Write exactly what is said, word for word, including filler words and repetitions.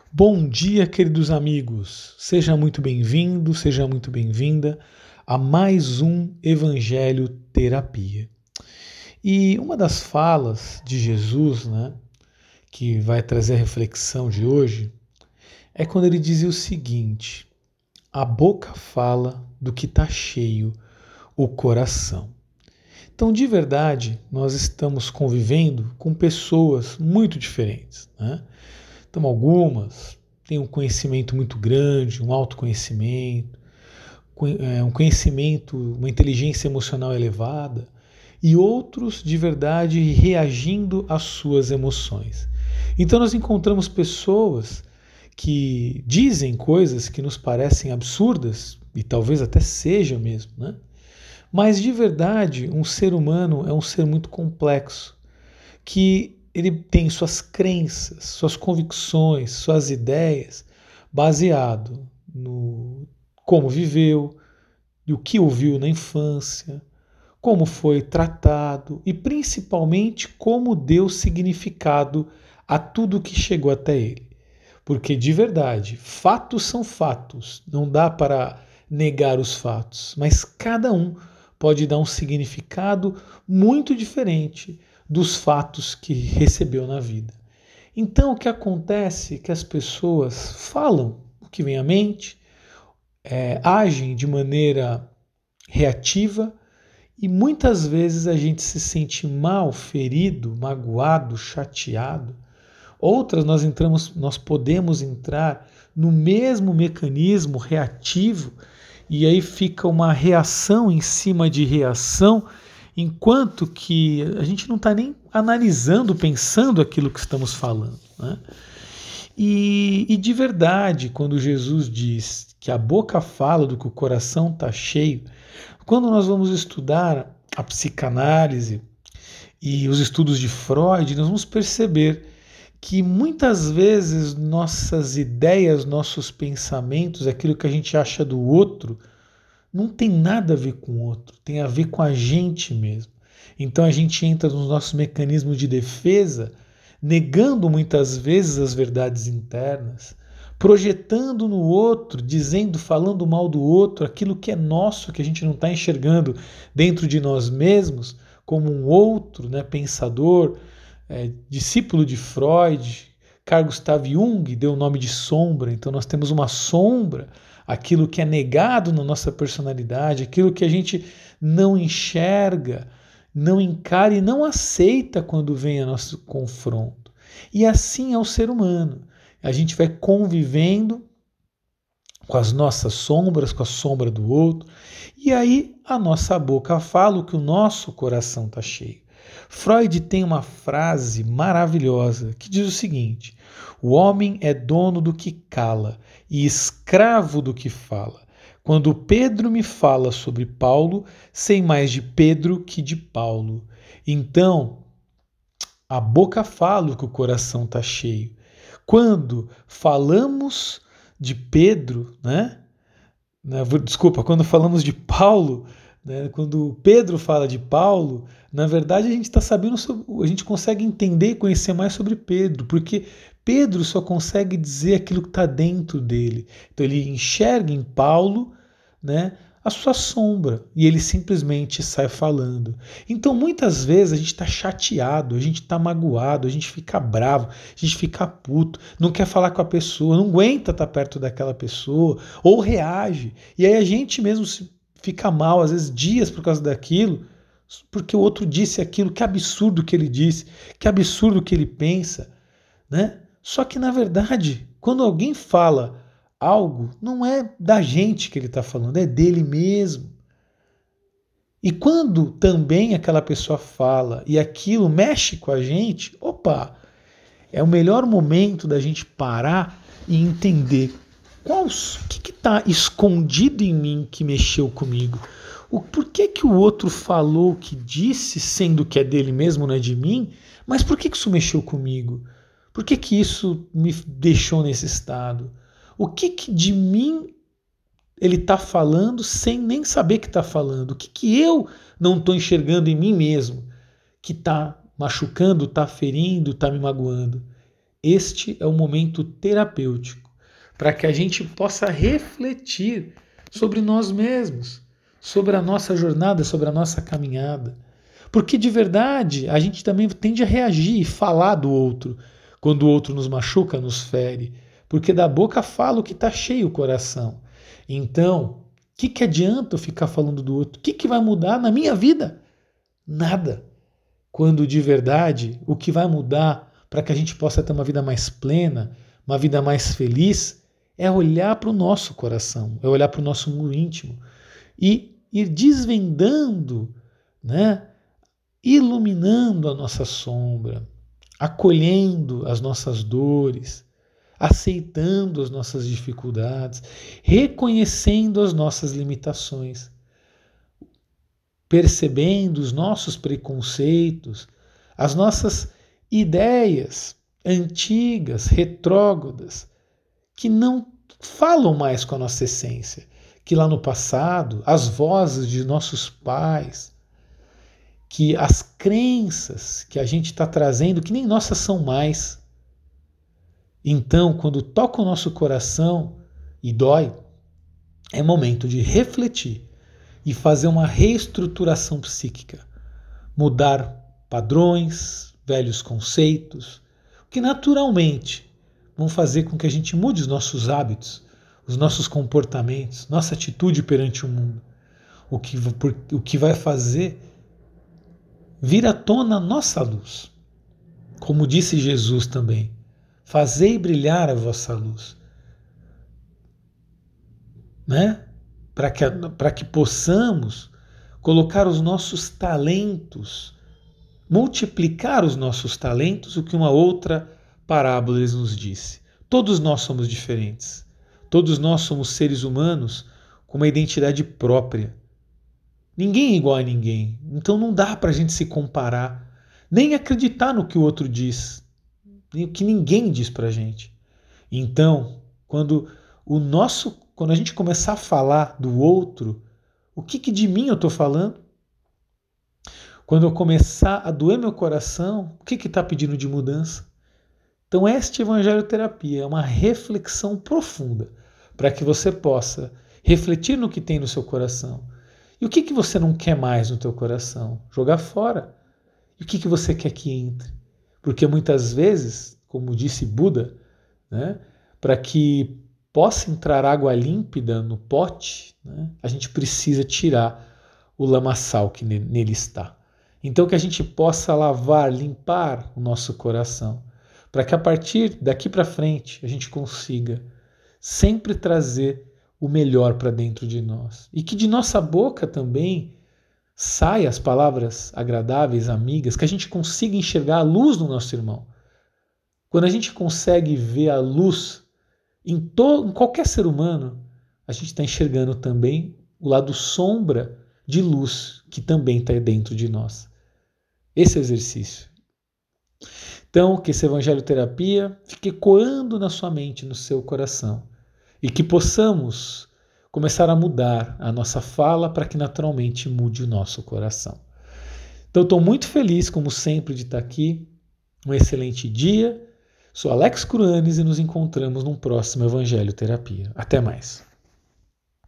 Bom dia, queridos amigos. Seja muito bem-vindo, seja muito bem-vinda a mais um Evangelho Terapia. E uma das falas de Jesus, né, que vai trazer a reflexão de hoje, é quando ele dizia o seguinte: a boca fala do que está cheio o coração. Então, de verdade, nós estamos convivendo com pessoas muito diferentes, né? Então, algumas têm um conhecimento muito grande, um autoconhecimento, um conhecimento, uma inteligência emocional elevada, e outros de verdade reagindo às suas emoções. Então, nós encontramos pessoas que dizem coisas que nos parecem absurdas, e talvez até seja mesmo, né? Mas de verdade, um ser humano é um ser muito complexo, que ele tem suas crenças, suas convicções, suas ideias, baseado no como viveu, e o que ouviu na infância, como foi tratado e principalmente como deu significado a tudo que chegou até ele. Porque de verdade, fatos são fatos, não dá para negar os fatos, mas cada um pode dar um significado muito diferente dos fatos que recebeu na vida. Então o que acontece é que as pessoas falam o que vem à mente, é, agem de maneira reativa e muitas vezes a gente se sente mal, ferido, magoado, chateado. Outras nós entramos, nós podemos entrar no mesmo mecanismo reativo e aí fica uma reação em cima de reação, enquanto que a gente não está nem analisando, pensando aquilo que estamos falando, né? E, e de verdade, quando Jesus diz que a boca fala do que o coração está cheio, quando nós vamos estudar a psicanálise e os estudos de Freud, nós vamos perceber que muitas vezes nossas ideias, nossos pensamentos, aquilo que a gente acha do outro, não tem nada a ver com o outro, tem a ver com a gente mesmo. Então a gente entra nos nossos mecanismos de defesa, negando muitas vezes as verdades internas, projetando no outro, dizendo, falando mal do outro, aquilo que é nosso, que a gente não está enxergando dentro de nós mesmos, como um outro, né, pensador, é, discípulo de Freud, Carl Gustav Jung deu o nome de sombra. Então nós temos uma sombra, aquilo que é negado na nossa personalidade, aquilo que a gente não enxerga, não encara e não aceita quando vem a nosso confronto. E assim é o ser humano. A gente vai convivendo com as nossas sombras, com a sombra do outro, e aí a nossa boca fala o que o nosso coração está cheio. Freud tem uma frase maravilhosa que diz o seguinte: o homem é dono do que cala e escravo do que fala. Quando Pedro me fala sobre Paulo, sei mais de Pedro que de Paulo. Então, a boca fala o que o coração está cheio. Quando falamos de Pedro, né? Desculpa, quando falamos de Paulo, né, quando Pedro fala de Paulo, na verdade a gente está sabendo, sobre, a gente consegue entender e conhecer mais sobre Pedro, porque Pedro só consegue dizer aquilo que está dentro dele. Então ele enxerga em Paulo, né, a sua sombra e ele simplesmente sai falando. Então muitas vezes a gente está chateado, a gente está magoado, a gente fica bravo, a gente fica puto, não quer falar com a pessoa, não aguenta estar perto daquela pessoa ou reage. E aí a gente mesmo se fica mal, às vezes dias por causa daquilo, porque o outro disse aquilo, que absurdo que ele disse, que absurdo que ele pensa, né? Só que na verdade, quando alguém fala algo, não é da gente que ele está falando, é dele mesmo. E quando também aquela pessoa fala e aquilo mexe com a gente, opa, é o melhor momento da gente parar e entender qual, o que está escondido em mim que mexeu comigo. O, por que, que o outro falou o que disse, sendo que é dele mesmo, não é de mim, mas por que, que isso mexeu comigo? Por que, que isso me deixou nesse estado? O que, que de mim ele está falando sem nem saber que está falando? O que, que eu não estou enxergando em mim mesmo que está machucando, está ferindo, está me magoando? este é o momento terapêutico para que a gente possa refletir sobre nós mesmos, sobre a nossa jornada, sobre a nossa caminhada. Porque de verdade a gente também tende a reagir e falar do outro quando o outro nos machuca, nos fere. Porque da boca fala o que está cheio o coração. Então, o que, que adianta eu ficar falando do outro? O que, que vai mudar na minha vida? Nada. Quando de verdade o que vai mudar para que a gente possa ter uma vida mais plena, uma vida mais feliz, é olhar para o nosso coração, é olhar para o nosso mundo íntimo e ir desvendando, né, iluminando a nossa sombra, acolhendo as nossas dores, aceitando as nossas dificuldades, reconhecendo as nossas limitações, percebendo os nossos preconceitos, as nossas ideias antigas, retrógradas, que não falam mais com a nossa essência, que lá no passado, as vozes de nossos pais, que as crenças que a gente está trazendo, que nem nossas são mais. Então, quando toca o nosso coração e dói, é momento de refletir e fazer uma reestruturação psíquica, mudar padrões, velhos conceitos, que naturalmente vão fazer com que a gente mude os nossos hábitos, os nossos comportamentos, nossa atitude perante o mundo. O que, o que vai fazer vir à tona a nossa luz. Como disse Jesus também, fazei brilhar a vossa luz. Né? Para que, para que possamos colocar os nossos talentos, multiplicar os nossos talentos, o que uma outra parábola nos disse. Todos nós somos diferentes. Todos nós somos seres humanos com uma identidade própria. Ninguém é igual a ninguém. Então não dá para a gente se comparar, nem acreditar no que o outro diz, nem o que ninguém diz para a gente. Então, quando o nosso, quando a gente começar a falar do outro, o que, que de mim eu estou falando? Quando eu começar a doer meu coração, o que está pedindo de mudança? Então, esta Evangelho Terapia é uma reflexão profunda para que você possa refletir no que tem no seu coração. E o que, que você não quer mais no teu coração? Jogar fora. E o que, que você quer que entre? Porque muitas vezes, como disse Buda, né, para que possa entrar água límpida no pote, né, a gente precisa tirar o lamaçal que nele está. Então que a gente possa lavar, limpar o nosso coração, para que a partir daqui para frente a gente consiga sempre trazer o melhor para dentro de nós. E que de nossa boca também saiam as palavras agradáveis, amigas, que a gente consiga enxergar a luz do nosso irmão. Quando a gente consegue ver a luz em, to- em qualquer ser humano, a gente está enxergando também o lado sombra de luz que também está dentro de nós. Esse é o exercício. Então, que esse Evangelho Terapia fique ecoando na sua mente, no seu coração. E que possamos começar a mudar a nossa fala para que naturalmente mude o nosso coração. Então, estou muito feliz, como sempre, de estar aqui. Um excelente dia. Sou Alex Cruanes e nos encontramos num próximo Evangelho Terapia. Até mais.